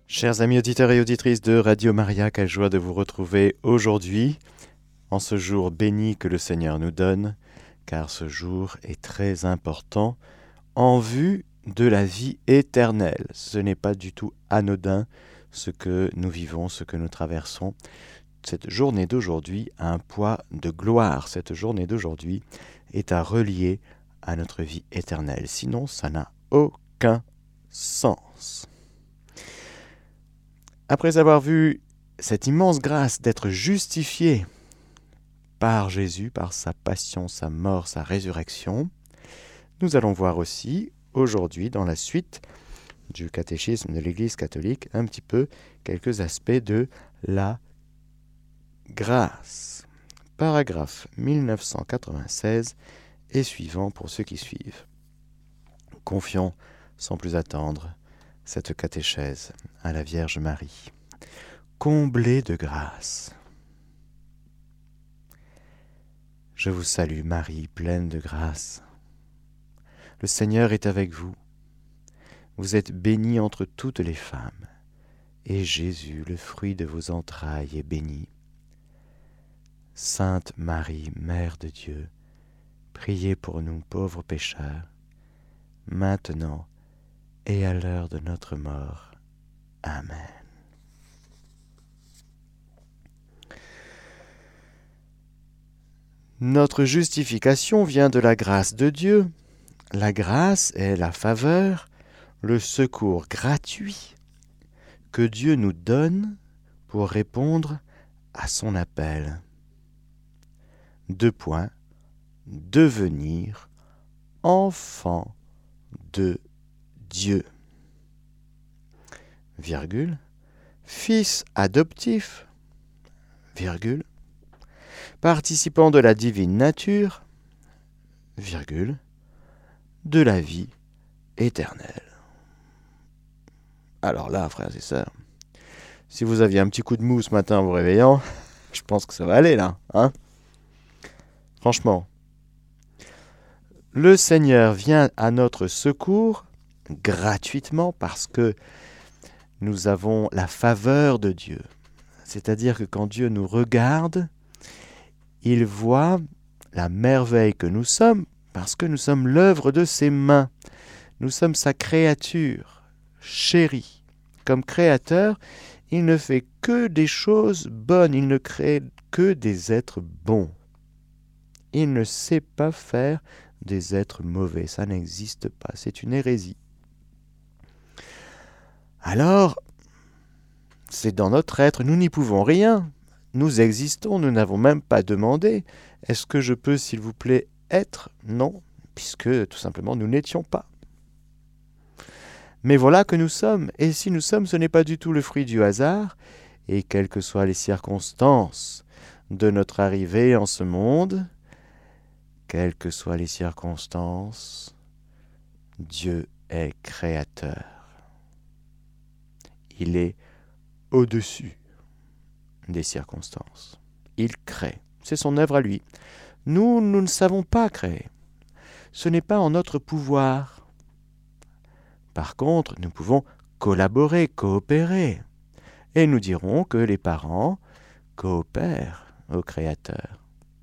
Chers amis auditeurs et auditrices de Radio Maria, quelle joie de vous retrouver aujourd'hui, en ce jour béni que le Seigneur nous donne, car ce jour est très important en vue de la vie éternelle. Ce n'est pas du tout anodin ce que nous vivons, ce que nous traversons. Cette journée d'aujourd'hui a un poids de gloire. Cette journée d'aujourd'hui est à relier à notre vie éternelle. Sinon, ça n'a aucun sens. Après avoir vu cette immense grâce d'être justifié par Jésus, par sa passion, sa mort, sa résurrection, nous allons voir aussi aujourd'hui, dans la suite du catéchisme de l'Église catholique, un petit peu quelques aspects de la grâce. Paragraphe 1996 et suivant pour ceux qui suivent. Confions sans plus attendre cette catéchèse à la Vierge Marie. Comblée de grâce. Je vous salue Marie, pleine de grâce. Le Seigneur est avec vous. Vous êtes bénie entre toutes les femmes, et Jésus, le fruit de vos entrailles, est béni. Sainte Marie, Mère de Dieu, priez pour nous pauvres pécheurs, maintenant et à l'heure de notre mort. Amen. Notre justification vient de la grâce de Dieu. La grâce est la faveur, le secours gratuit que Dieu nous donne pour répondre à son appel. 2 points. Devenir enfant de Dieu. Virgule. Fils adoptif. Virgule. Participant de la divine nature. Virgule. De la vie éternelle. Alors là, frères et sœurs, si vous aviez un petit coup de mou ce matin en vous réveillant, je pense que ça va aller là, hein ? Franchement, le Seigneur vient à notre secours gratuitement parce que nous avons la faveur de Dieu. C'est-à-dire que quand Dieu nous regarde, il voit la merveille que nous sommes parce que nous sommes l'œuvre de ses mains. Nous sommes sa créature chérie. Comme créateur, il ne fait que des choses bonnes, il ne crée que des êtres bons. Il ne sait pas faire des êtres mauvais, ça n'existe pas, c'est une hérésie. Alors, c'est dans notre être, nous n'y pouvons rien. Nous existons, nous n'avons même pas demandé. Est-ce que je peux, s'il vous plaît, être ? Non, puisque tout simplement nous n'étions pas. Mais voilà que nous sommes, et si nous sommes, ce n'est pas du tout le fruit du hasard, et quelles que soient les circonstances de notre arrivée en ce monde, quelles que soient les circonstances, Dieu est créateur. Il est au-dessus des circonstances. Il crée. C'est son œuvre à lui. Nous ne savons pas créer. Ce n'est pas en notre pouvoir. Par contre, nous pouvons collaborer, coopérer. Et nous dirons que les parents coopèrent au Créateur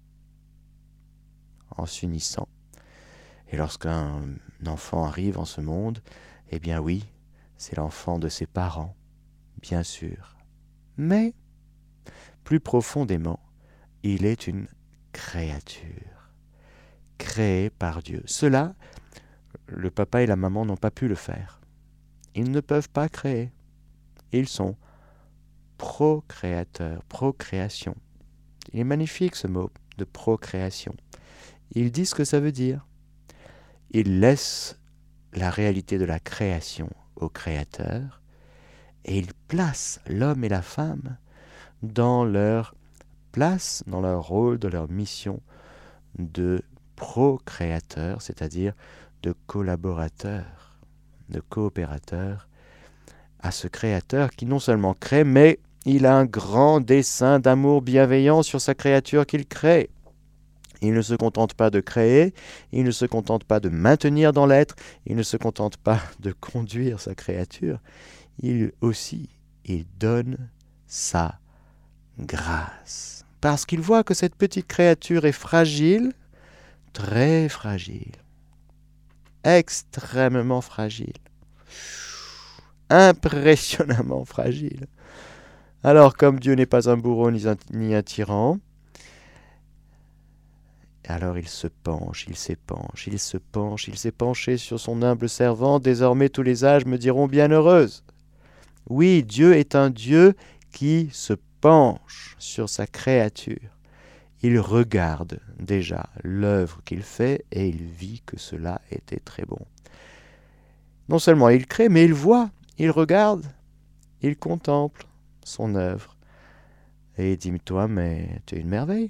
en s'unissant. Et lorsqu'un enfant arrive en ce monde, eh bien oui, c'est l'enfant de ses parents, bien sûr. Mais, plus profondément, il est une créature, créée par Dieu. Cela, le papa et la maman n'ont pas pu le faire. Ils ne peuvent pas créer. Ils sont procréateurs, procréation. Il est magnifique ce mot de procréation. Il dit ce que ça veut dire. Il laisse la réalité de la création au Créateur et il place l'homme et la femme dans leur place, dans leur rôle, dans leur mission de procréateur, c'est-à-dire de collaborateur, de coopérateur à ce Créateur qui non seulement crée, mais il a un grand dessein d'amour bienveillant sur sa créature qu'il crée. Il ne se contente pas de créer, il ne se contente pas de maintenir dans l'être, il ne se contente pas de conduire sa créature, il donne sa grâce. Parce qu'il voit que cette petite créature est fragile, très fragile, extrêmement fragile, impressionnamment fragile. Alors, comme Dieu n'est pas un bourreau ni un tyran, alors il s'est penché sur son humble servant. Désormais tous les âges me diront bienheureuse. Oui, Dieu est un Dieu qui se penche sur sa créature. Il regarde déjà l'œuvre qu'il fait et il vit que cela était très bon. Non seulement il crée, mais il voit, il regarde, il contemple son œuvre. Et il dit, toi, mais tu es une merveille.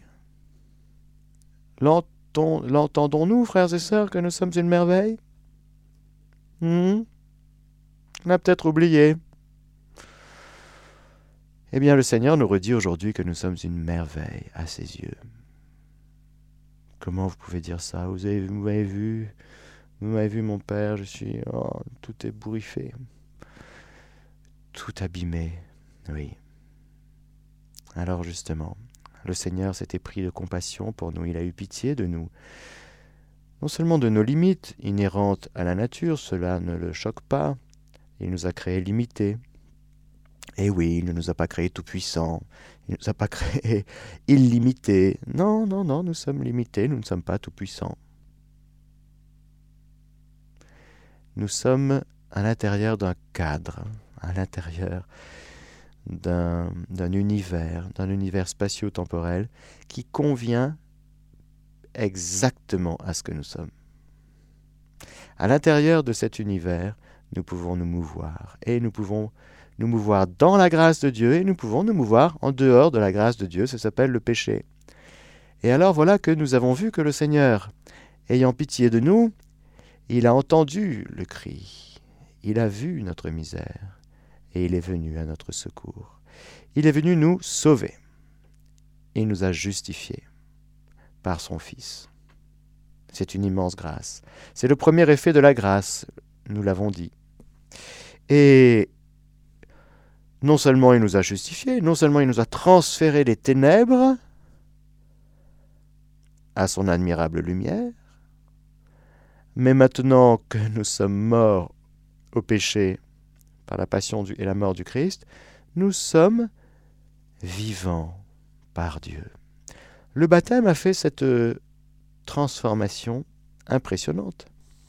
L'entendons-nous, frères et sœurs, que nous sommes une merveille? On a peut-être oublié. Eh bien, le Seigneur nous redit aujourd'hui que nous sommes une merveille à ses yeux. Comment vous pouvez dire ça? Vous m'avez vu, mon Père, tout est bourriffé, tout abîmé. Oui. Alors justement, le Seigneur s'était pris de compassion pour nous, il a eu pitié de nous. Non seulement de nos limites inhérentes à la nature, cela ne le choque pas, il nous a créés limités. Et oui, il ne nous a pas créés tout-puissants, il ne nous a pas créés illimités. Non, nous sommes limités, nous ne sommes pas tout-puissants. Nous sommes à l'intérieur d'un cadre, à l'intérieur d'un univers spatio-temporel qui convient exactement à ce que nous sommes. À l'intérieur de cet univers, nous pouvons nous mouvoir, et nous pouvons nous mouvoir dans la grâce de Dieu, et nous pouvons nous mouvoir en dehors de la grâce de Dieu, ça s'appelle le péché. Et alors voilà que nous avons vu que le Seigneur, ayant pitié de nous, il a entendu le cri, il a vu notre misère, et il est venu à notre secours. Il est venu nous sauver. Il nous a justifiés par son Fils. C'est une immense grâce. C'est le premier effet de la grâce, nous l'avons dit. Et non seulement il nous a justifiés, non seulement il nous a transféré les ténèbres à son admirable lumière, mais maintenant que nous sommes morts au péché par la passion et la mort du Christ, nous sommes vivants par Dieu. Le baptême a fait cette transformation impressionnante.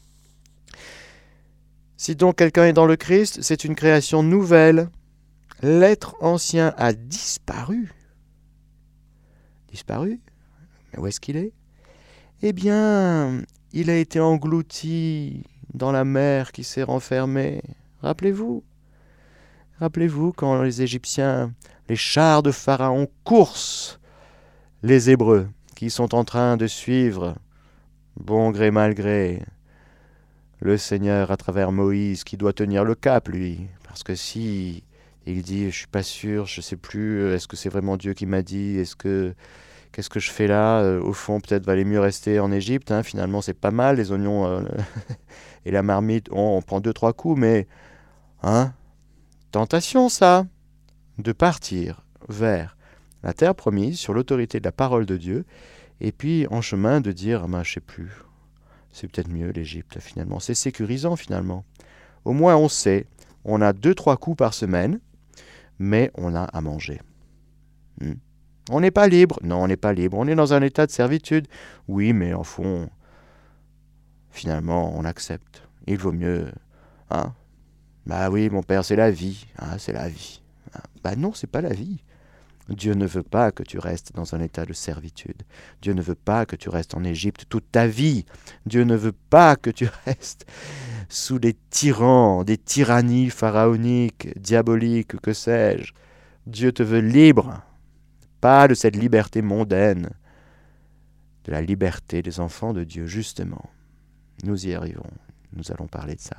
Si donc quelqu'un est dans le Christ, c'est une création nouvelle. L'être ancien a disparu. Disparu? Mais où est-ce qu'il est? Eh bien, il a été englouti dans la mer qui s'est renfermée. Rappelez-vous quand les Égyptiens, les chars de Pharaon coursent les Hébreux qui sont en train de suivre, bon gré mal gré, le Seigneur à travers Moïse qui doit tenir le cap, lui. Parce que si il dit, je suis pas sûr, je sais plus, est-ce que c'est vraiment Dieu qui m'a dit, qu'est-ce que je fais là? Au fond, peut-être valait mieux rester en Égypte. Finalement, c'est pas mal, les oignons et la marmite, on prend 2-3 coups, mais tentation, ça, de partir vers la terre promise sur l'autorité de la parole de Dieu, et puis en chemin de dire, je sais plus, c'est peut-être mieux l'Égypte finalement. C'est sécurisant finalement. Au moins on sait, on a 2-3 coups par semaine, mais on a à manger. On n'est pas libre. Non, on n'est pas libre. On est dans un état de servitude. Oui, mais en fond, finalement, on accepte. Il vaut mieux. Bah oui, mon père, c'est la vie. C'est la vie. Non, c'est pas la vie. Dieu ne veut pas que tu restes dans un état de servitude. Dieu ne veut pas que tu restes en Égypte toute ta vie. Dieu ne veut pas que tu restes sous les tyrans, des tyrannies pharaoniques, diaboliques, que sais-je. Dieu te veut libre. Pas de cette liberté mondaine, de la liberté des enfants de Dieu, justement. Nous y arrivons, nous allons parler de ça.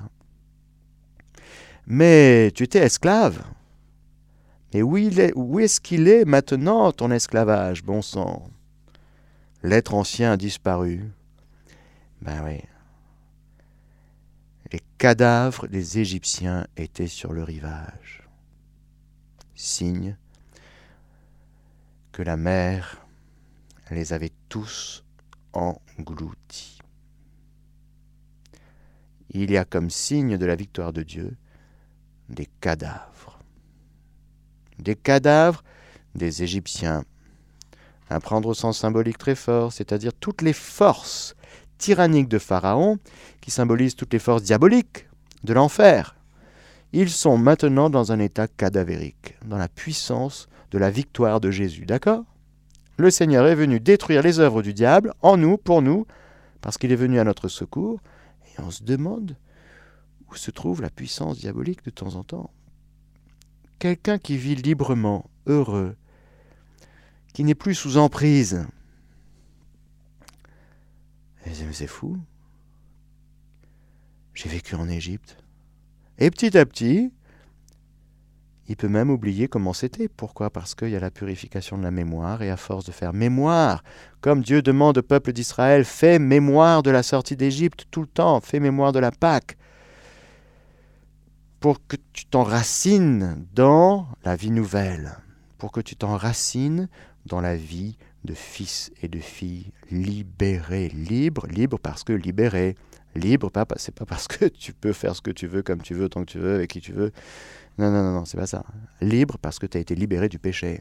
Mais tu étais esclave. Mais où est-ce qu'il est maintenant, ton esclavage, bon sang? L'être ancien a disparu. Ben oui. Les cadavres des Égyptiens étaient sur le rivage. Signe que la mer les avait tous engloutis. Il y a comme signe de la victoire de Dieu des cadavres. Des cadavres des Égyptiens. À prendre au sens symbolique très fort, c'est-à-dire toutes les forces tyranniques de Pharaon, qui symbolisent toutes les forces diaboliques de l'enfer. Ils sont maintenant dans un état cadavérique, dans la puissance de la victoire de Jésus, d'accord ? Le Seigneur est venu détruire les œuvres du diable, en nous, pour nous, parce qu'il est venu à notre secours, et on se demande où se trouve la puissance diabolique de temps en temps. Quelqu'un qui vit librement, heureux, qui n'est plus sous emprise. Mais c'est fou. J'ai vécu en Égypte. Et petit à petit, il peut même oublier comment c'était. Pourquoi ? Parce qu'il y a la purification de la mémoire, et à force de faire mémoire, comme Dieu demande au peuple d'Israël, fais mémoire de la sortie d'Égypte tout le temps, fais mémoire de la Pâque, pour que tu t'enracines dans la vie nouvelle, pour que tu t'enracines dans la vie de fils et de filles libérés, libre parce que libéré, libre, c'est pas parce que tu peux faire ce que tu veux, comme tu veux, tant que tu veux, avec qui tu veux. Non, c'est pas ça. Libre parce que tu as été libéré du péché,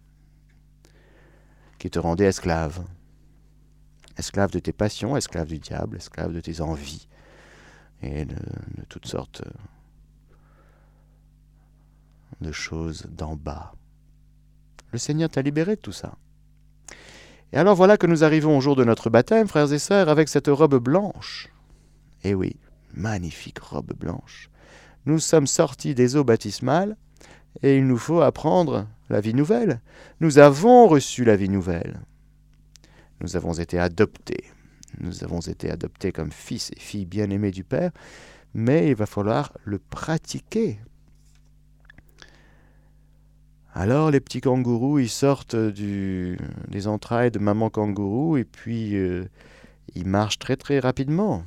qui te rendait esclave. Esclave de tes passions, esclave du diable, esclave de tes envies, et de toutes sortes de choses d'en bas. Le Seigneur t'a libéré de tout ça. Et alors voilà que nous arrivons au jour de notre baptême, frères et sœurs, avec cette robe blanche. Eh oui, magnifique robe blanche. Nous sommes sortis des eaux baptismales et il nous faut apprendre la vie nouvelle. Nous avons reçu la vie nouvelle. Nous avons été adoptés. Nous avons été adoptés comme fils et filles bien-aimés du Père, mais il va falloir le pratiquer. Alors les petits kangourous, ils sortent des entrailles de maman kangourou et puis ils marchent très très rapidement.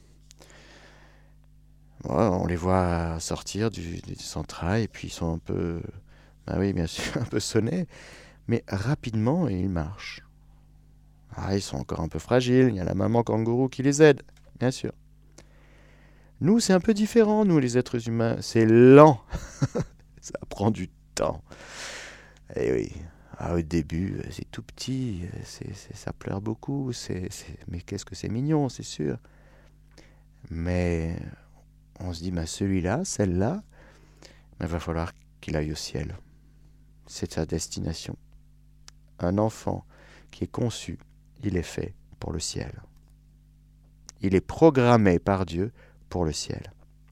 Ouais, on les voit sortir des entrailles et puis ils sont un peu, oui bien sûr, un peu sonnés, mais rapidement ils marchent. Ah, ils sont encore un peu fragiles, il y a la maman kangourou qui les aide, bien sûr. Nous, c'est un peu différent, nous les êtres humains, c'est lent, ça prend du temps. Et oui, au début, c'est tout petit, ça pleure beaucoup, mais qu'est-ce que c'est mignon, c'est sûr. Mais on se dit, celui-là, celle-là, il va falloir qu'il aille au ciel. C'est sa destination. Un enfant qui est conçu, il est fait pour le ciel. Il est programmé par Dieu pour le ciel.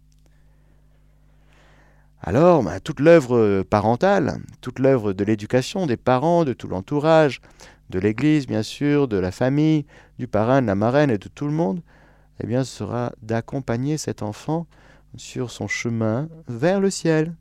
Alors, toute l'œuvre parentale, toute l'œuvre de l'éducation des parents, de tout l'entourage, de l'Église bien sûr, de la famille, du parrain, de la marraine et de tout le monde, eh bien, sera d'accompagner cet enfant sur son chemin vers le ciel.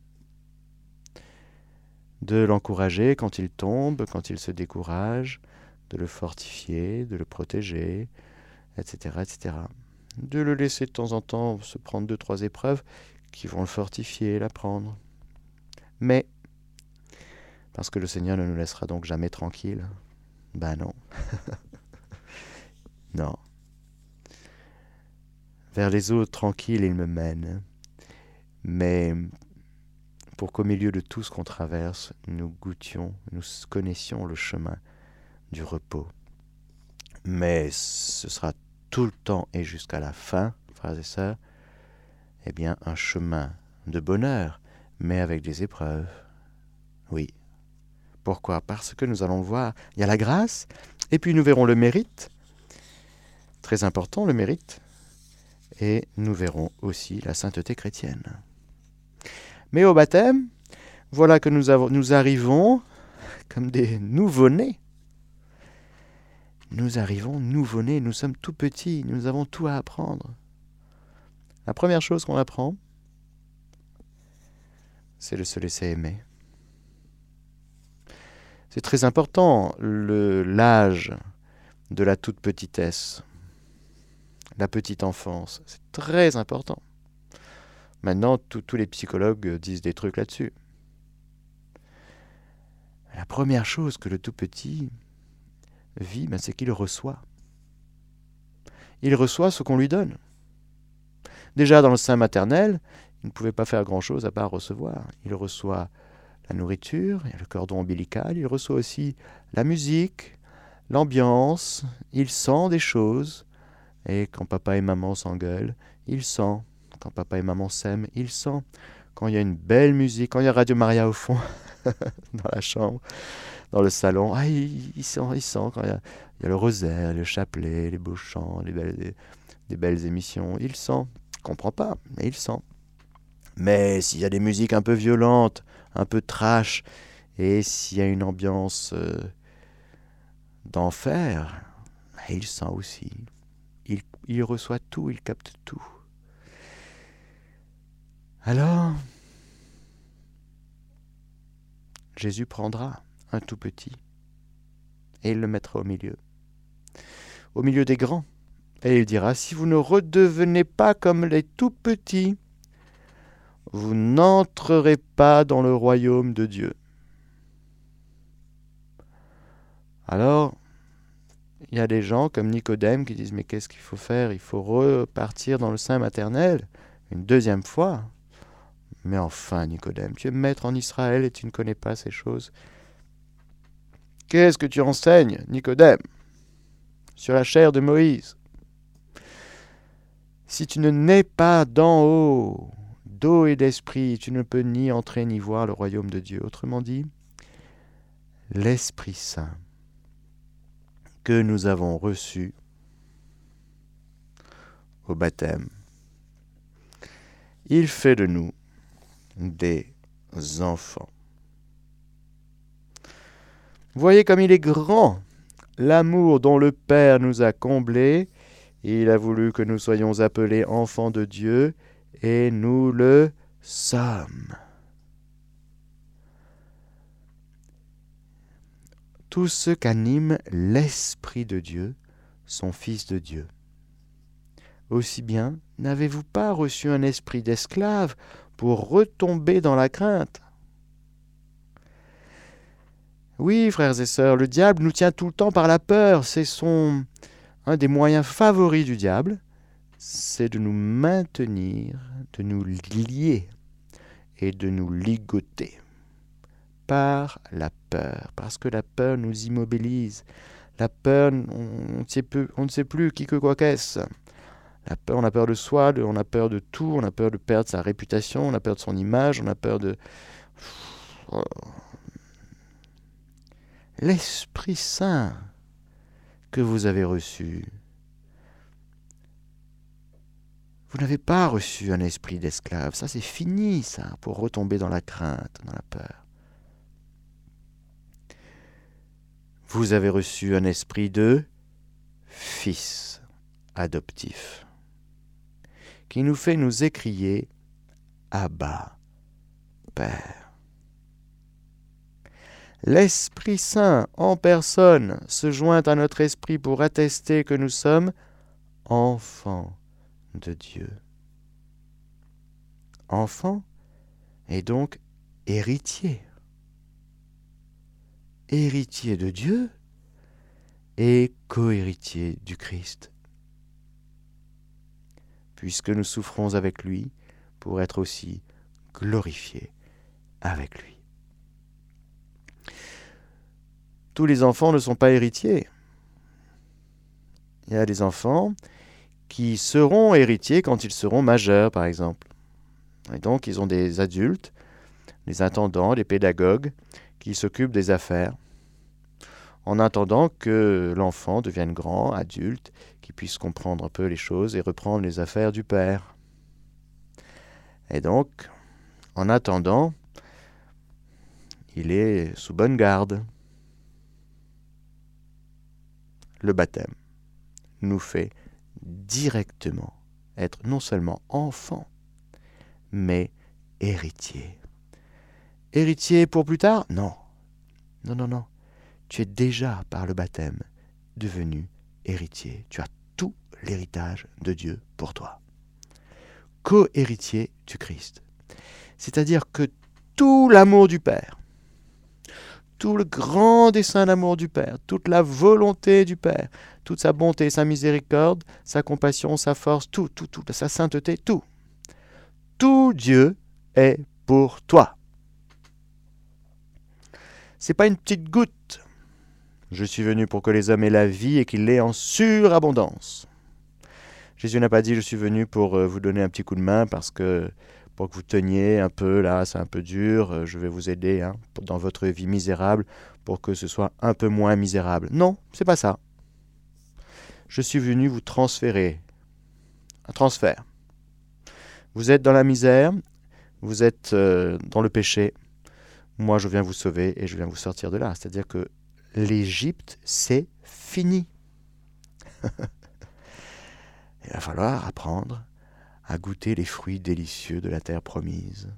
De l'encourager quand il tombe, quand il se décourage, de le fortifier, de le protéger, etc., etc. De le laisser de temps en temps se prendre 2-3 épreuves qui vont le fortifier, l'apprendre. Mais, parce que le Seigneur ne nous laissera donc jamais tranquilles. Non. Non. Vers les eaux tranquilles, il me mène. Mais pour qu'au milieu de tout ce qu'on traverse, nous goûtions, nous connaissions le chemin du repos. Mais ce sera tout le temps et jusqu'à la fin, frères et sœurs, eh bien, un chemin de bonheur, mais avec des épreuves. Oui. Pourquoi ? Parce que nous allons voir, il y a la grâce, et puis nous verrons le mérite, très important le mérite, et nous verrons aussi la sainteté chrétienne. Mais au baptême, voilà que nous arrivons comme des nouveau-nés. Nous arrivons nouveau-nés, nous sommes tout petits, nous avons tout à apprendre. La première chose qu'on apprend, c'est de se laisser aimer. C'est très important, l'âge de la toute petitesse. la petite enfance. C'est très important. Maintenant, tous les psychologues disent des trucs là-dessus. La première chose que le tout petit vit, c'est qu'il reçoit. Il reçoit ce qu'on lui donne. Déjà dans le sein maternel, il ne pouvait pas faire grand-chose à part recevoir. Il reçoit la nourriture, il y a le cordon ombilical, il reçoit aussi la musique, l'ambiance, il sent des choses. Et quand papa et maman s'engueulent, il sent. Quand papa et maman s'aiment, il sent. Quand il y a une belle musique, quand il y a Radio Maria au fond, dans la chambre, dans le salon, il sent. Quand il y a le rosaire, le chapelet, les beaux chants, des belles émissions, il sent. Il ne comprend pas, mais il sent. Mais s'il y a des musiques un peu violentes, un peu trash, et s'il y a une ambiance d'enfer, il sent aussi. Il reçoit tout, il capte tout. Alors, Jésus prendra un tout petit et il le mettra au milieu des grands. Et il dira, si vous ne redevenez pas comme les tout petits, vous n'entrerez pas dans le royaume de Dieu. Alors, il y a des gens comme Nicodème qui disent, mais qu'est-ce qu'il faut faire? Il faut repartir dans le sein maternel une deuxième fois. Mais enfin, Nicodème, tu es maître en Israël et tu ne connais pas ces choses. Qu'est-ce que tu enseignes, Nicodème, sur la chair de Moïse? Si tu ne nais pas d'en haut, d'eau et d'esprit, tu ne peux ni entrer ni voir le royaume de Dieu. Autrement dit, l'Esprit Saint que nous avons reçu au baptême, il fait de nous des enfants. Voyez comme il est grand, l'amour dont le Père nous a comblés. Il a voulu que nous soyons appelés enfants de Dieu, et nous le sommes. Tous ceux qu'anime l'Esprit de Dieu sont fils de Dieu. Aussi bien, n'avez-vous pas reçu un esprit d'esclave pour retomber dans la crainte? Oui, frères et sœurs, le diable nous tient tout le temps par la peur. C'est un des moyens favoris du diable, c'est de nous maintenir, de nous lier et de nous ligoter par la peur, parce que la peur nous immobilise. La peur, on ne sait plus qui que quoi qu'est-ce. La peur, on a peur de soi, on a peur de tout, on a peur de perdre sa réputation, on a peur de son image, on a peur de... L'Esprit Saint que vous avez reçu, vous n'avez pas reçu un esprit d'esclave. Ça, c'est fini, ça, pour retomber dans la crainte, dans la peur. Vous avez reçu un esprit de fils adoptif, qui nous fait nous écrier « Abba, Père ». L'Esprit Saint en personne se joint à notre esprit pour attester que nous sommes enfants de Dieu. Enfant et donc héritier. Héritier de Dieu et co-héritier du Christ. Puisque nous souffrons avec lui pour être aussi glorifiés avec lui. Tous les enfants ne sont pas héritiers. Il y a des enfants qui seront héritiers quand ils seront majeurs, par exemple. Et donc, ils ont des adultes, des intendants, des pédagogues, qui s'occupent des affaires, en attendant que l'enfant devienne grand, adulte, qu'il puisse comprendre un peu les choses et reprendre les affaires du père. Et donc, en attendant, il est sous bonne garde. Le baptême nous fait directement être non seulement enfant, mais héritier. Héritier pour plus tard? Non. Tu es déjà, par le baptême, devenu héritier. Tu as tous l'héritage de Dieu pour toi. Co-héritier du Christ. C'est-à-dire que tout l'amour du Père, tout le grand dessein d'amour du Père, toute la volonté du Père, toute sa bonté, sa miséricorde, sa compassion, sa force, tout, sa sainteté, tout Dieu est pour toi. C'est pas une petite goutte. Je suis venu pour que les hommes aient la vie et qu'ils l'aient en surabondance. Jésus n'a pas dit je suis venu pour vous donner un petit coup de main pour que vous teniez un peu, là c'est un peu dur, je vais vous aider dans votre vie misérable pour que ce soit un peu moins misérable. Non, c'est pas ça. Je suis venu vous transférer. Un transfert. Vous êtes dans la misère, vous êtes dans le péché. Moi je viens vous sauver et je viens vous sortir de là. C'est-à-dire que l'Égypte, c'est fini. Il va falloir apprendre à goûter les fruits délicieux de la terre promise.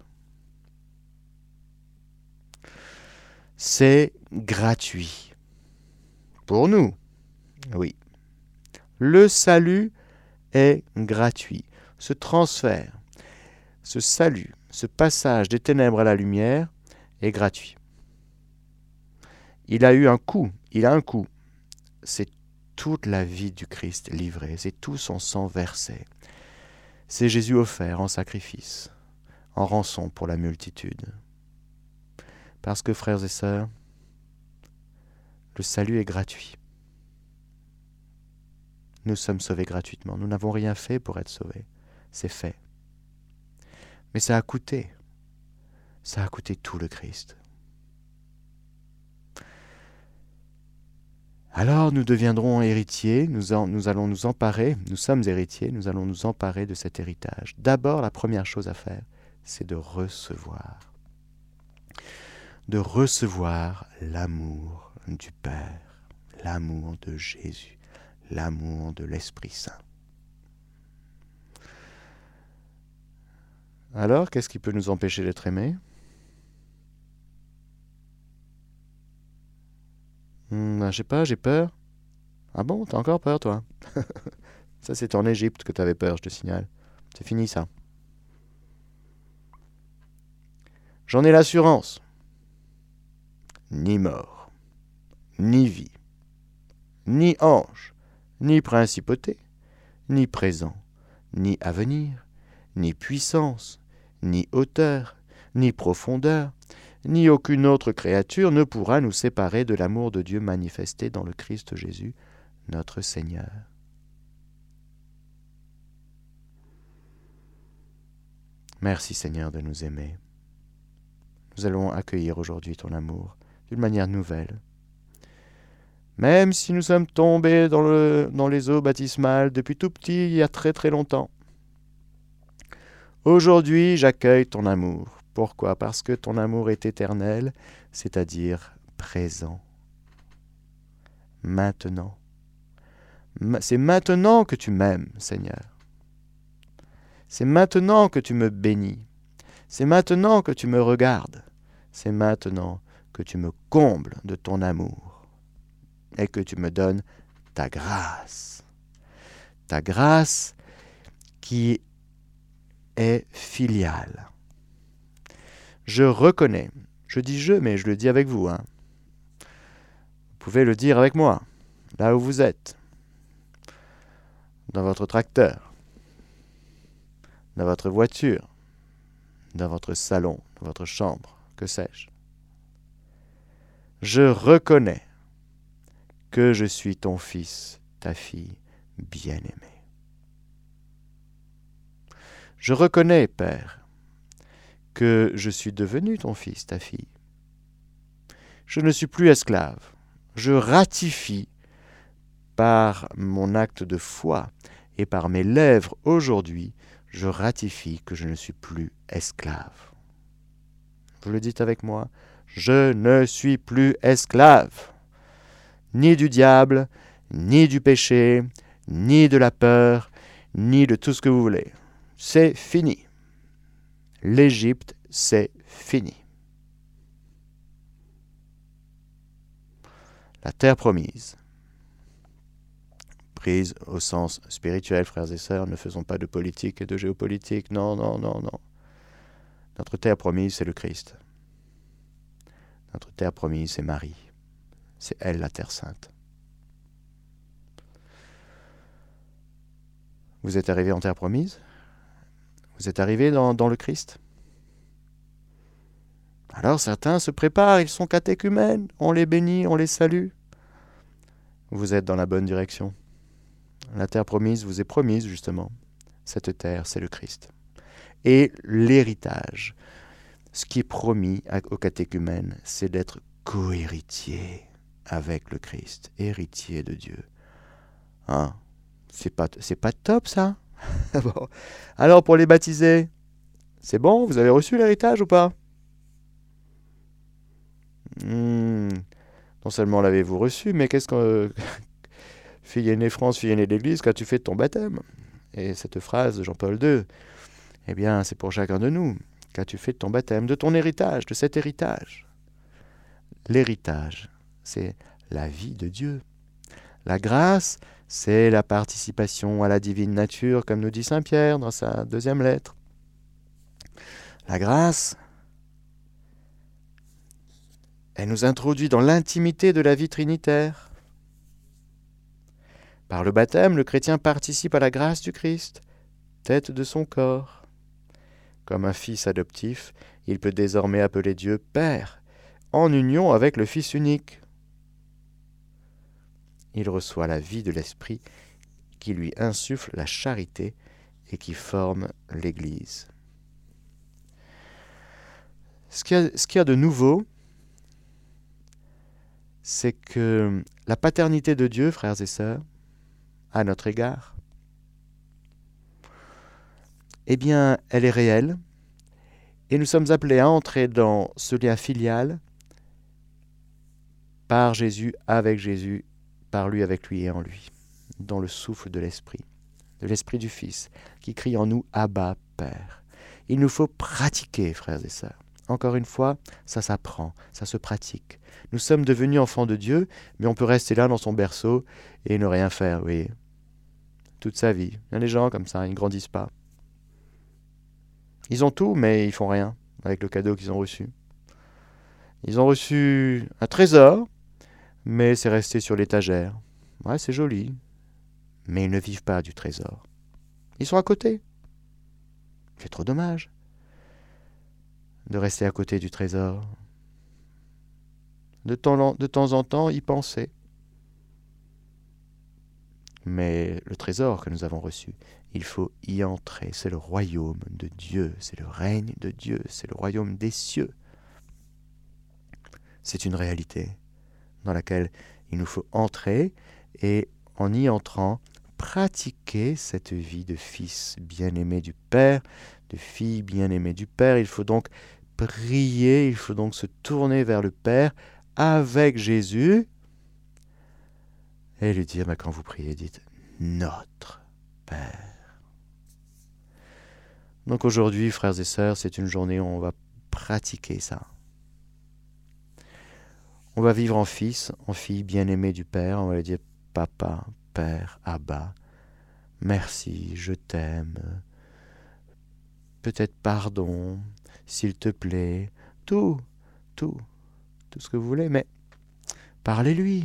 C'est gratuit. Pour nous, oui. Le salut est gratuit. Ce transfert, ce salut, ce passage des ténèbres à la lumière est gratuit. Il a un coût. C'est toute la vie du Christ livrée, c'est tout son sang versé. C'est Jésus offert en sacrifice, en rançon pour la multitude. Parce que, frères et sœurs, le salut est gratuit. Nous sommes sauvés gratuitement. Nous n'avons rien fait pour être sauvés. C'est fait. Mais ça a coûté. Ça a coûté tout le Christ. Alors nous deviendrons héritiers, nous allons nous emparer, nous sommes héritiers, nous allons nous emparer de cet héritage. D'abord, la première chose à faire, c'est de recevoir. De recevoir l'amour du Père, l'amour de Jésus, l'amour de l'Esprit Saint. Alors, qu'est-ce qui peut nous empêcher d'être aimés ? Je sais pas, j'ai peur. Ah bon, t'as encore peur, toi ? Ça, c'est en Égypte que t'avais peur, je te signale. C'est fini, ça. J'en ai l'assurance. Ni mort, ni vie, ni ange, ni principauté, ni présent, ni avenir, ni puissance, ni hauteur, ni profondeur, ni aucune autre créature ne pourra nous séparer de l'amour de Dieu manifesté dans le Christ Jésus, notre Seigneur. Merci Seigneur de nous aimer. Nous allons accueillir aujourd'hui ton amour d'une manière nouvelle. Même si nous sommes tombés dans les eaux baptismales depuis tout petit, il y a très très longtemps. Aujourd'hui, j'accueille ton amour. Pourquoi ? Parce que ton amour est éternel, c'est-à-dire présent. Maintenant. C'est maintenant que tu m'aimes, Seigneur. C'est maintenant que tu me bénis. C'est maintenant que tu me regardes. C'est maintenant que tu me combles de ton amour et que tu me donnes ta grâce. Ta grâce qui est filiale. Je reconnais, je dis je, mais je le dis avec vous. Vous pouvez le dire avec moi, là où vous êtes, dans votre tracteur, dans votre voiture, dans votre salon, dans votre chambre, que sais-je. Je reconnais que je suis ton fils, ta fille bien-aimée. Je reconnais, Père, que je suis devenu ton fils, ta fille. Je ne suis plus esclave. Je ratifie par mon acte de foi et par mes lèvres aujourd'hui, je ratifie que je ne suis plus esclave. Vous le dites avec moi, je ne suis plus esclave, ni du diable, ni du péché, ni de la peur, ni de tout ce que vous voulez. C'est fini. L'Égypte, c'est fini. La terre promise. prise au sens spirituel, frères et sœurs. Ne faisons pas de politique et de géopolitique. Non, non, non, non. Notre terre promise, c'est le Christ. Notre terre promise, c'est Marie. C'est elle, la terre sainte. Vous êtes arrivé en terre promise? Vous êtes arrivé dans le Christ? Alors certains se préparent, ils sont catéchumènes, on les bénit, on les salue. Vous êtes dans la bonne direction. La terre promise vous est promise, justement. Cette terre, c'est le Christ. Et l'héritage, ce qui est promis aux catéchumènes, c'est d'être co-héritier avec le Christ, héritier de Dieu. Hein? C'est pas top, ça? Bon. Alors, pour les baptisés, c'est bon? Vous avez reçu l'héritage ou pas? Non seulement l'avez-vous reçu, mais qu'est-ce que... Fille aînée France, fille aînée d'Église, qu'as-tu fait de ton baptême? Et cette phrase de Jean-Paul II, eh bien, c'est pour chacun de nous. Qu'as-tu fait de ton baptême, de ton héritage, de cet héritage? L'héritage, c'est la vie de Dieu. La grâce, c'est la participation à la divine nature, comme nous dit saint Pierre dans sa 2e lettre. La grâce, elle nous introduit dans l'intimité de la vie trinitaire. Par le baptême, le chrétien participe à la grâce du Christ, tête de son corps. Comme un fils adoptif, il peut désormais appeler Dieu Père, en union avec le Fils unique. Il reçoit la vie de l'Esprit qui lui insuffle la charité et qui forme l'Église. Ce qu'il y a de nouveau, c'est que la paternité de Dieu, frères et sœurs, à notre égard, eh bien, elle est réelle, et nous sommes appelés à entrer dans ce lien filial par Jésus, par lui, avec lui et en lui, dans le souffle de l'Esprit du Fils, qui crie en nous « Abba, Père ». Il nous faut pratiquer, frères et sœurs. Encore une fois, ça s'apprend, ça se pratique. Nous sommes devenus enfants de Dieu, mais on peut rester là dans son berceau et ne rien faire, vous voyez, toute sa vie. Il y a des gens comme ça, ils ne grandissent pas. Ils ont tout, mais ils font rien avec le cadeau qu'ils ont reçu. Ils ont reçu un trésor, mais c'est resté sur l'étagère. Ouais, c'est joli, mais ils ne vivent pas du trésor. Ils sont à côté. C'est trop dommage de rester à côté du trésor. De temps en temps, y penser. Mais le trésor que nous avons reçu, il faut y entrer. C'est le royaume de Dieu, c'est le règne de Dieu, c'est le royaume des cieux. C'est une réalité dans laquelle il nous faut entrer et, en y entrant, pratiquer cette vie de fils bien-aimé du Père, de fille bien-aimée du Père. Il faut donc prier, il faut donc se tourner vers le Père avec Jésus et lui dire, quand vous priez, dites « Notre Père ». Donc aujourd'hui, frères et sœurs, c'est une journée où on va pratiquer ça. On va vivre en fils, en fille bien-aimée du Père. On va lui dire « Papa, Père, Abba, merci, je t'aime, peut-être pardon, s'il te plaît, tout ce que vous voulez, mais parlez-lui,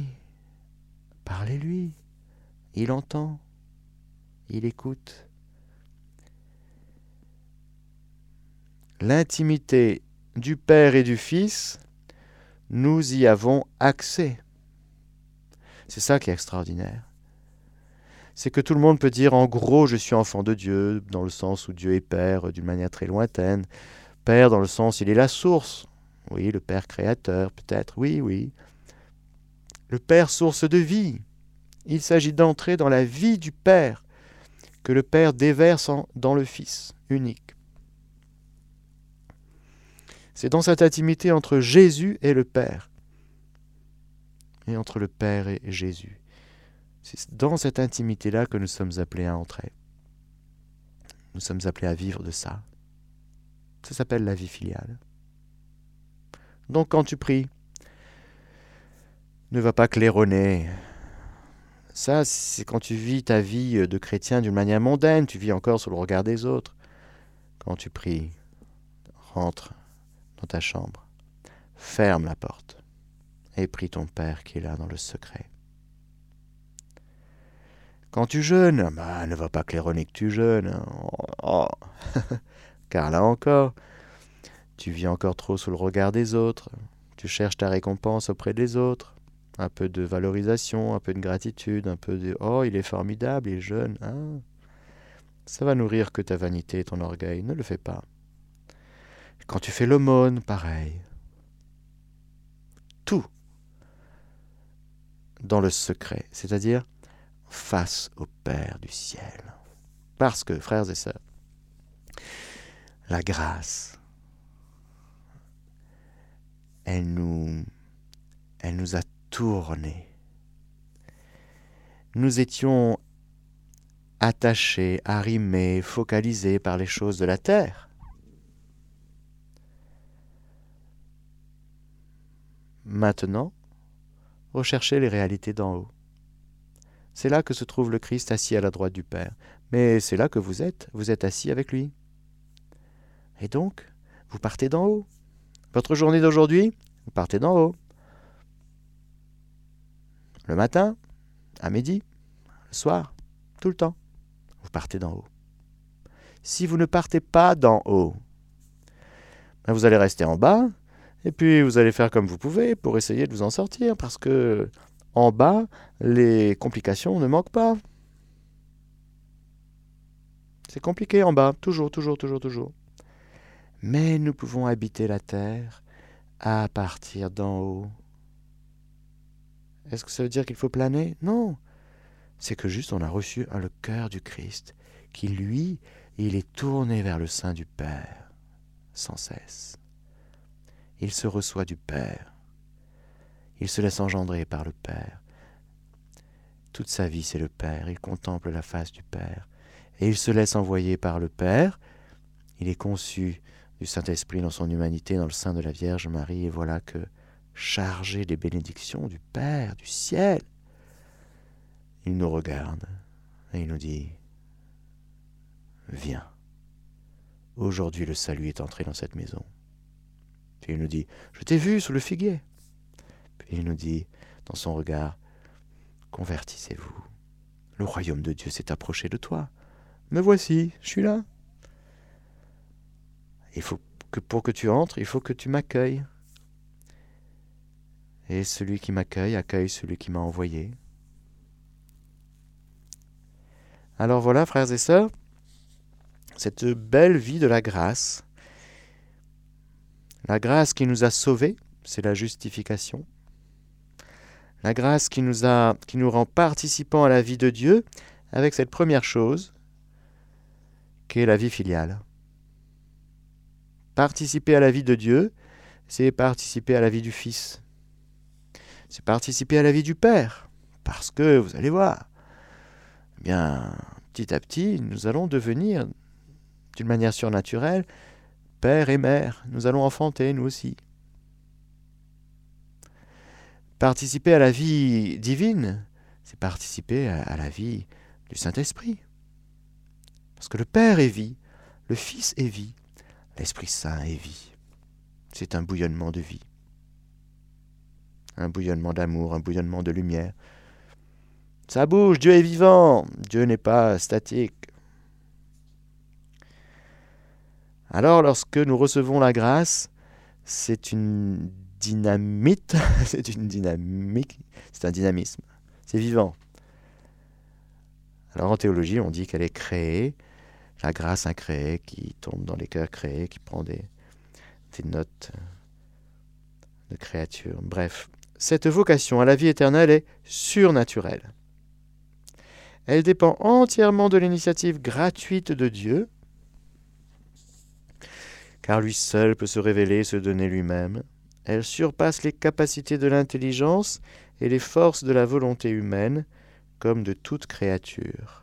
il entend, il écoute. L'intimité du Père et du Fils, nous y avons accès. C'est ça qui est extraordinaire. C'est que tout le monde peut dire en gros je suis enfant de Dieu, dans le sens où Dieu est Père d'une manière très lointaine. Père dans le sens il est la source. Oui, le Père créateur peut-être, oui. Le Père source de vie. Il s'agit d'entrer dans la vie du Père, que le Père déverse dans le Fils unique. C'est dans cette intimité entre Jésus et le Père, et entre le Père et Jésus. C'est dans cette intimité-là que nous sommes appelés à entrer. Nous sommes appelés à vivre de ça. Ça s'appelle la vie filiale. Donc quand tu pries, ne va pas claironner Ça, c'est quand tu vis ta vie de chrétien d'une manière mondaine, tu vis encore sous le regard des autres. Quand tu pries, rentre dans ta chambre, ferme la porte et prie ton Père qui est là dans le secret. Quand tu jeûnes, ne va pas claironner que tu jeûnes. Hein. Oh. Car là encore, tu vis encore trop sous le regard des autres. Tu cherches ta récompense auprès des autres. Un peu de valorisation, un peu de gratitude, un peu de « Oh, il est formidable, il est jeune. Hein. » Ça va nourrir que ta vanité et ton orgueil. Ne le fais pas. Quand tu fais l'aumône, pareil. Tout dans le secret, c'est-à-dire face au Père du ciel. Parce que, frères et sœurs, la grâce, elle nous a tournés. Nous étions attachés, arrimés, focalisés par les choses de la terre. Maintenant, recherchez les réalités d'en haut. C'est là que se trouve le Christ assis à la droite du Père. Mais c'est là que vous êtes assis avec lui. Et donc, vous partez d'en haut. Votre journée d'aujourd'hui, vous partez d'en haut. Le matin, à midi, le soir, tout le temps, vous partez d'en haut. Si vous ne partez pas d'en haut, vous allez rester en bas, et puis vous allez faire comme vous pouvez pour essayer de vous en sortir, parce que en bas, les complications ne manquent pas. C'est compliqué en bas, toujours. Mais nous pouvons habiter la terre à partir d'en haut. Est-ce que ça veut dire qu'il faut planer? Non. C'est que juste on a reçu le cœur du Christ, qui lui, il est tourné vers le sein du Père, sans cesse. Il se reçoit du Père. Il se laisse engendrer par le Père. Toute sa vie, c'est le Père. Il contemple la face du Père. Et il se laisse envoyer par le Père. Il est conçu du Saint-Esprit dans son humanité, dans le sein de la Vierge Marie. Et voilà que, chargé des bénédictions du Père, du ciel, il nous regarde et il nous dit « Viens, aujourd'hui le salut est entré dans cette maison. » Puis il nous dit « Je t'ai vu sous le figuier. » Puis il nous dit dans son regard « Convertissez-vous. Le royaume de Dieu s'est approché de toi. Me voici, je suis là. » Il faut que pour que tu entres, il faut que tu m'accueilles. Et celui qui m'accueille accueille celui qui m'a envoyé. Alors voilà, frères et sœurs, cette belle vie de la grâce. La grâce qui nous a sauvés, c'est la justification. La grâce qui nous rend participants à la vie de Dieu, avec cette première chose, qui est la vie filiale. Participer à la vie de Dieu, c'est participer à la vie du Fils. C'est participer à la vie du Père. Parce que, vous allez voir, bien, petit à petit, nous allons devenir, d'une manière surnaturelle, père et mère. Nous allons enfanter, nous aussi. Participer à la vie divine, c'est participer à la vie du Saint-Esprit. Parce que le Père est vie, le Fils est vie, l'Esprit Saint est vie. C'est un bouillonnement de vie. Un bouillonnement d'amour, un bouillonnement de lumière. Ça bouge, Dieu est vivant, Dieu n'est pas statique. Alors, lorsque nous recevons la grâce, c'est une dynamite, c'est une dynamique, c'est un dynamisme, c'est vivant. Alors en théologie, on dit qu'elle est créée, la grâce incréée qui tombe dans les cœurs créés, qui prend des notes de créature. Bref, cette vocation à la vie éternelle est surnaturelle. Elle dépend entièrement de l'initiative gratuite de Dieu, car lui seul peut se révéler et se donner lui-même. Elle surpasse les capacités de l'intelligence et les forces de la volonté humaine, comme de toute créature.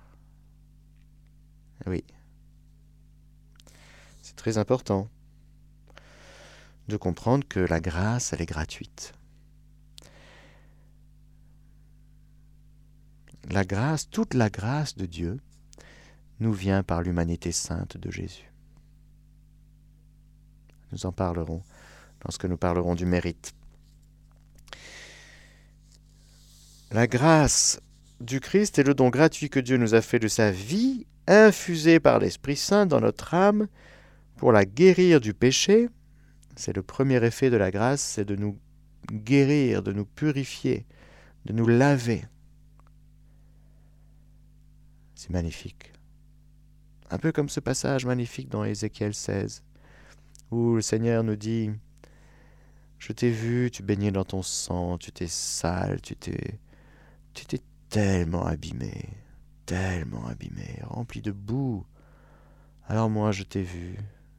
Oui, c'est très important de comprendre que la grâce, elle est gratuite. la grâce, toute la grâce de Dieu, nous vient par l'humanité sainte de Jésus. Nous en parlerons lorsque nous parlerons du mérite. La grâce du Christ est le don gratuit que Dieu nous a fait de sa vie, infusé par l'Esprit Saint dans notre âme pour la guérir du péché. C'est le premier effet de la grâce, c'est de nous guérir, de nous purifier, de nous laver. C'est magnifique. Un peu comme ce passage magnifique dans Ézéchiel 16, où le Seigneur nous dit « Je t'ai vu, tu baignais dans ton sang, tu t'es sale, tu t'es tellement abîmé, rempli de boue. Alors moi, je t'ai vu,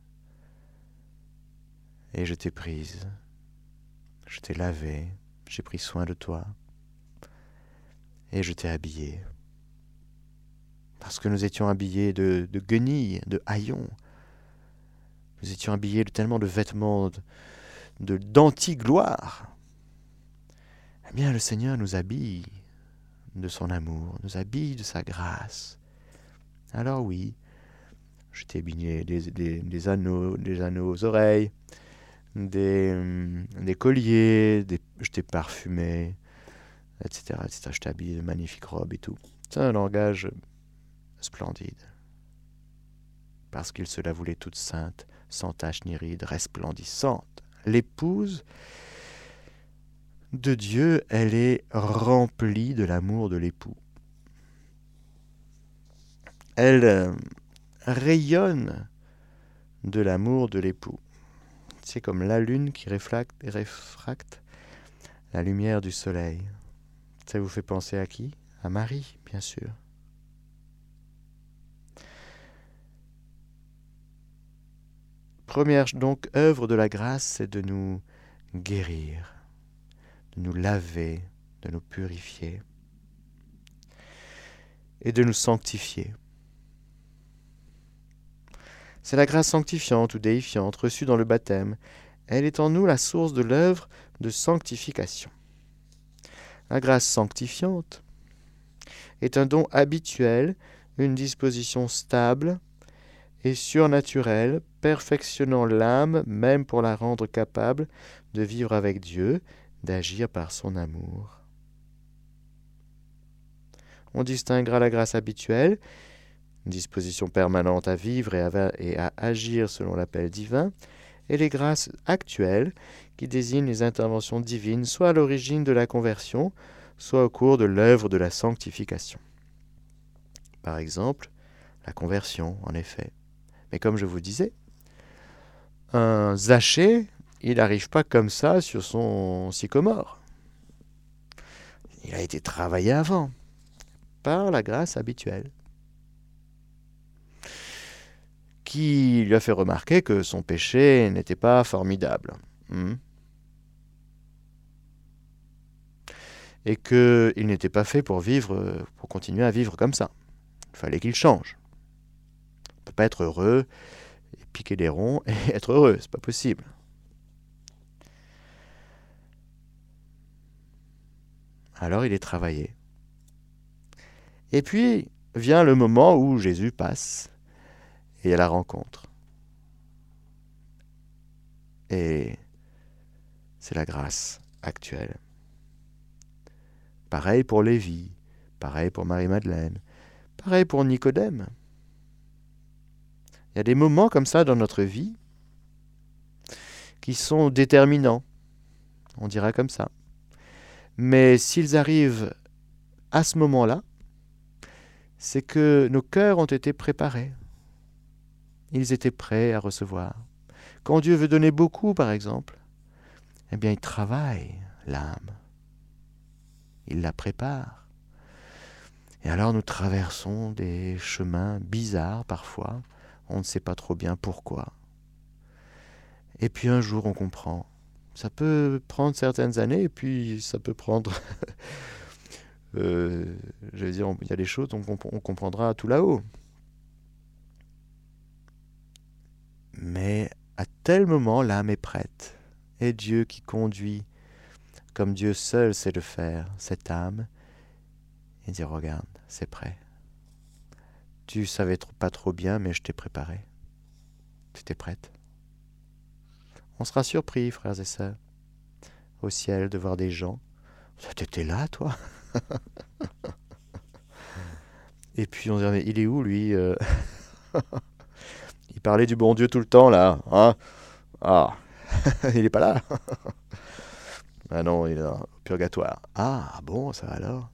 et je t'ai prise, je t'ai lavé, j'ai pris soin de toi, et je t'ai habillé. » Parce que nous étions habillés de guenilles, de haillons. Nous étions habillés de tellement de vêtements d'anti-gloire. Eh bien, le Seigneur nous habille de son amour, nous habille de sa grâce. Alors oui, je t'ai habillé des anneaux aux oreilles, des colliers, je t'ai parfumé, etc., etc. Je t'ai habillé de magnifiques robes et tout. C'est un langage splendide. Parce qu'il se la voulait toute sainte, sans tache ni ride, resplendissante. L'épouse de Dieu, elle est remplie de l'amour de l'époux. Elle rayonne de l'amour de l'époux. C'est comme la lune qui réfracte la lumière du soleil. Ça vous fait penser à qui? À Marie, bien sûr. Première donc œuvre de la grâce, c'est de nous guérir, de nous laver, de nous purifier et de nous sanctifier. C'est la grâce sanctifiante ou déifiante reçue dans le baptême. Elle est en nous la source de l'œuvre de sanctification. La grâce sanctifiante est un don habituel, une disposition stable et surnaturelle, perfectionnant l'âme, même pour la rendre capable de vivre avec Dieu, d'agir par son amour. On distinguera la grâce habituelle, une disposition permanente à vivre et à agir selon l'appel divin, et les grâces actuelles, qui désignent les interventions divines, soit à l'origine de la conversion, soit au cours de l'œuvre de la sanctification. Par exemple, la conversion, en effet. Mais comme je vous disais, un Zachée, il n'arrive pas comme ça sur son sycomore. Il a été travaillé avant, par la grâce habituelle, qui lui a fait remarquer que son péché n'était pas formidable. Et qu'il n'était pas fait pour continuer à vivre comme ça. Il fallait qu'il change. On ne peut pas être heureux, et piquer des ronds et être heureux, c'est pas possible. Alors il est travaillé. Et puis vient le moment où Jésus passe et il y a la rencontre. Et c'est la grâce actuelle. Pareil pour Lévi, pareil pour Marie-Madeleine, pareil pour Nicodème. Il y a des moments comme ça dans notre vie qui sont déterminants, on dira comme ça. Mais s'ils arrivent à ce moment-là, c'est que nos cœurs ont été préparés. Ils étaient prêts à recevoir. Quand Dieu veut donner beaucoup, par exemple, eh bien, il travaille l'âme. Il la prépare. Et alors nous traversons des chemins bizarres parfois. On ne sait pas trop bien pourquoi. Et puis un jour on comprend. Ça peut prendre certaines années et puis ça peut prendre... je veux dire, il y a des choses on comprendra tout là-haut. Mais à tel moment, l'âme est prête. Et Dieu qui conduit, comme Dieu seul sait le faire, cette âme, Il dit, regarde, c'est prêt. Tu savais pas trop bien, mais je t'ai préparé. Tu étais prête. On sera surpris, frères et sœurs, au ciel, de voir des gens. T'étais là, toi? Et puis on se dit, mais il est où, lui? Il parlait du bon Dieu tout le temps, là. Hein? Ah, il est pas là. Ah non, il est au purgatoire. Ah, bon, ça alors.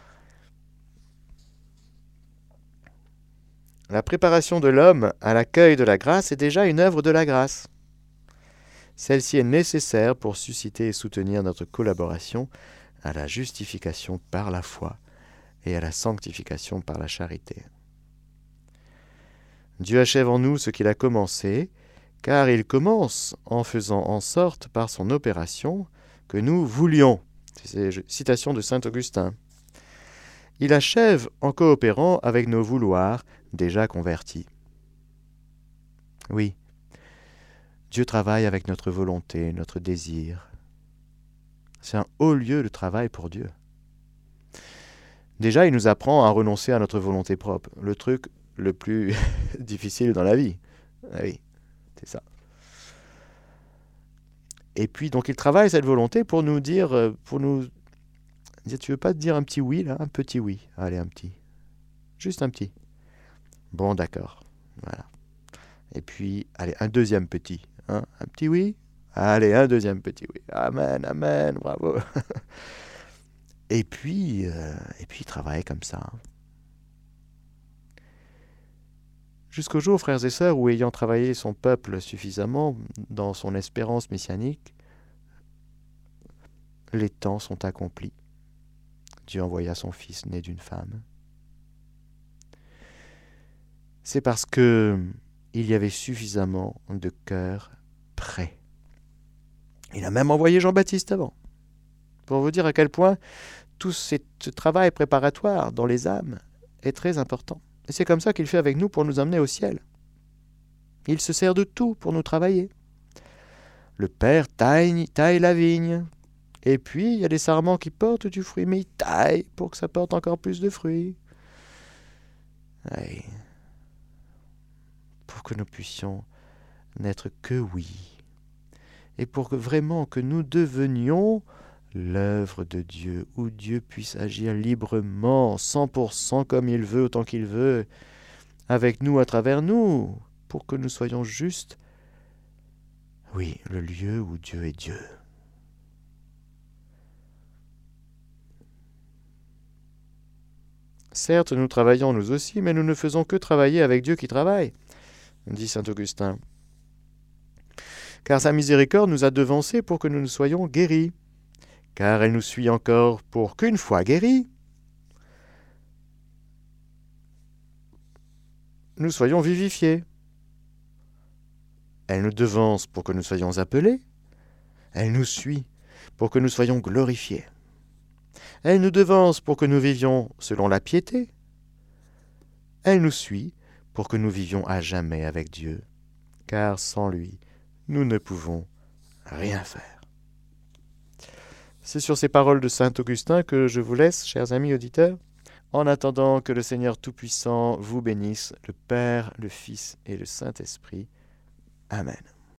La préparation de l'homme à l'accueil de la grâce est déjà une œuvre de la grâce. Celle-ci est nécessaire pour susciter et soutenir notre collaboration à la justification par la foi et à la sanctification par la charité. Dieu achève en nous ce qu'il a commencé, car il commence en faisant en sorte par son opération que nous voulions. C'est une citation de saint Augustin. Il achève en coopérant avec nos vouloirs déjà convertis. Oui, Dieu travaille avec notre volonté, notre désir. C'est un haut lieu de travail pour Dieu. Déjà, il nous apprend à renoncer à notre volonté propre, le truc le plus difficile dans la vie. Ah oui, c'est ça. Et puis, donc, il travaille cette volonté pour nous dire, tu veux pas te dire un petit oui, là? Un petit oui. Allez, un petit. Juste un petit. Bon, d'accord. Voilà. Et puis, allez, un deuxième petit. Hein? Un petit oui. Allez, un deuxième petit oui. Amen, amen, bravo. Et puis, il travaille comme ça. Jusqu'au jour, frères et sœurs, où ayant travaillé son peuple suffisamment dans son espérance messianique, les temps sont accomplis. Dieu envoya son Fils né d'une femme. C'est parce que il y avait suffisamment de cœurs prêts. Il a même envoyé Jean-Baptiste avant, pour vous dire à quel point tout ce travail préparatoire dans les âmes est très important. Et c'est comme ça qu'il fait avec nous pour nous emmener au ciel. Il se sert de tout pour nous travailler. Le Père taille la vigne, et puis il y a des sarments qui portent du fruit, mais il taille pour que ça porte encore plus de fruits. Ouais. Pour que nous puissions n'être que oui. Et pour que vraiment que nous devenions l'œuvre de Dieu, où Dieu puisse agir librement, 100% comme il veut, autant qu'il veut, avec nous, à travers nous, pour que nous soyons juste, oui, le lieu où Dieu est Dieu. Certes, nous travaillons nous aussi, mais nous ne faisons que travailler avec Dieu qui travaille, dit saint Augustin. Car sa miséricorde nous a devancés pour que nous soyons guéris. Car elle nous suit encore pour qu'une fois guéris, nous soyons vivifiés. Elle nous devance pour que nous soyons appelés. Elle nous suit pour que nous soyons glorifiés. Elle nous devance pour que nous vivions selon la piété. Elle nous suit pour que nous vivions à jamais avec Dieu, car sans lui, nous ne pouvons rien faire. C'est sur ces paroles de saint Augustin que je vous laisse, chers amis auditeurs, en attendant que le Seigneur Tout-Puissant vous bénisse, le Père, le Fils et le Saint-Esprit. Amen.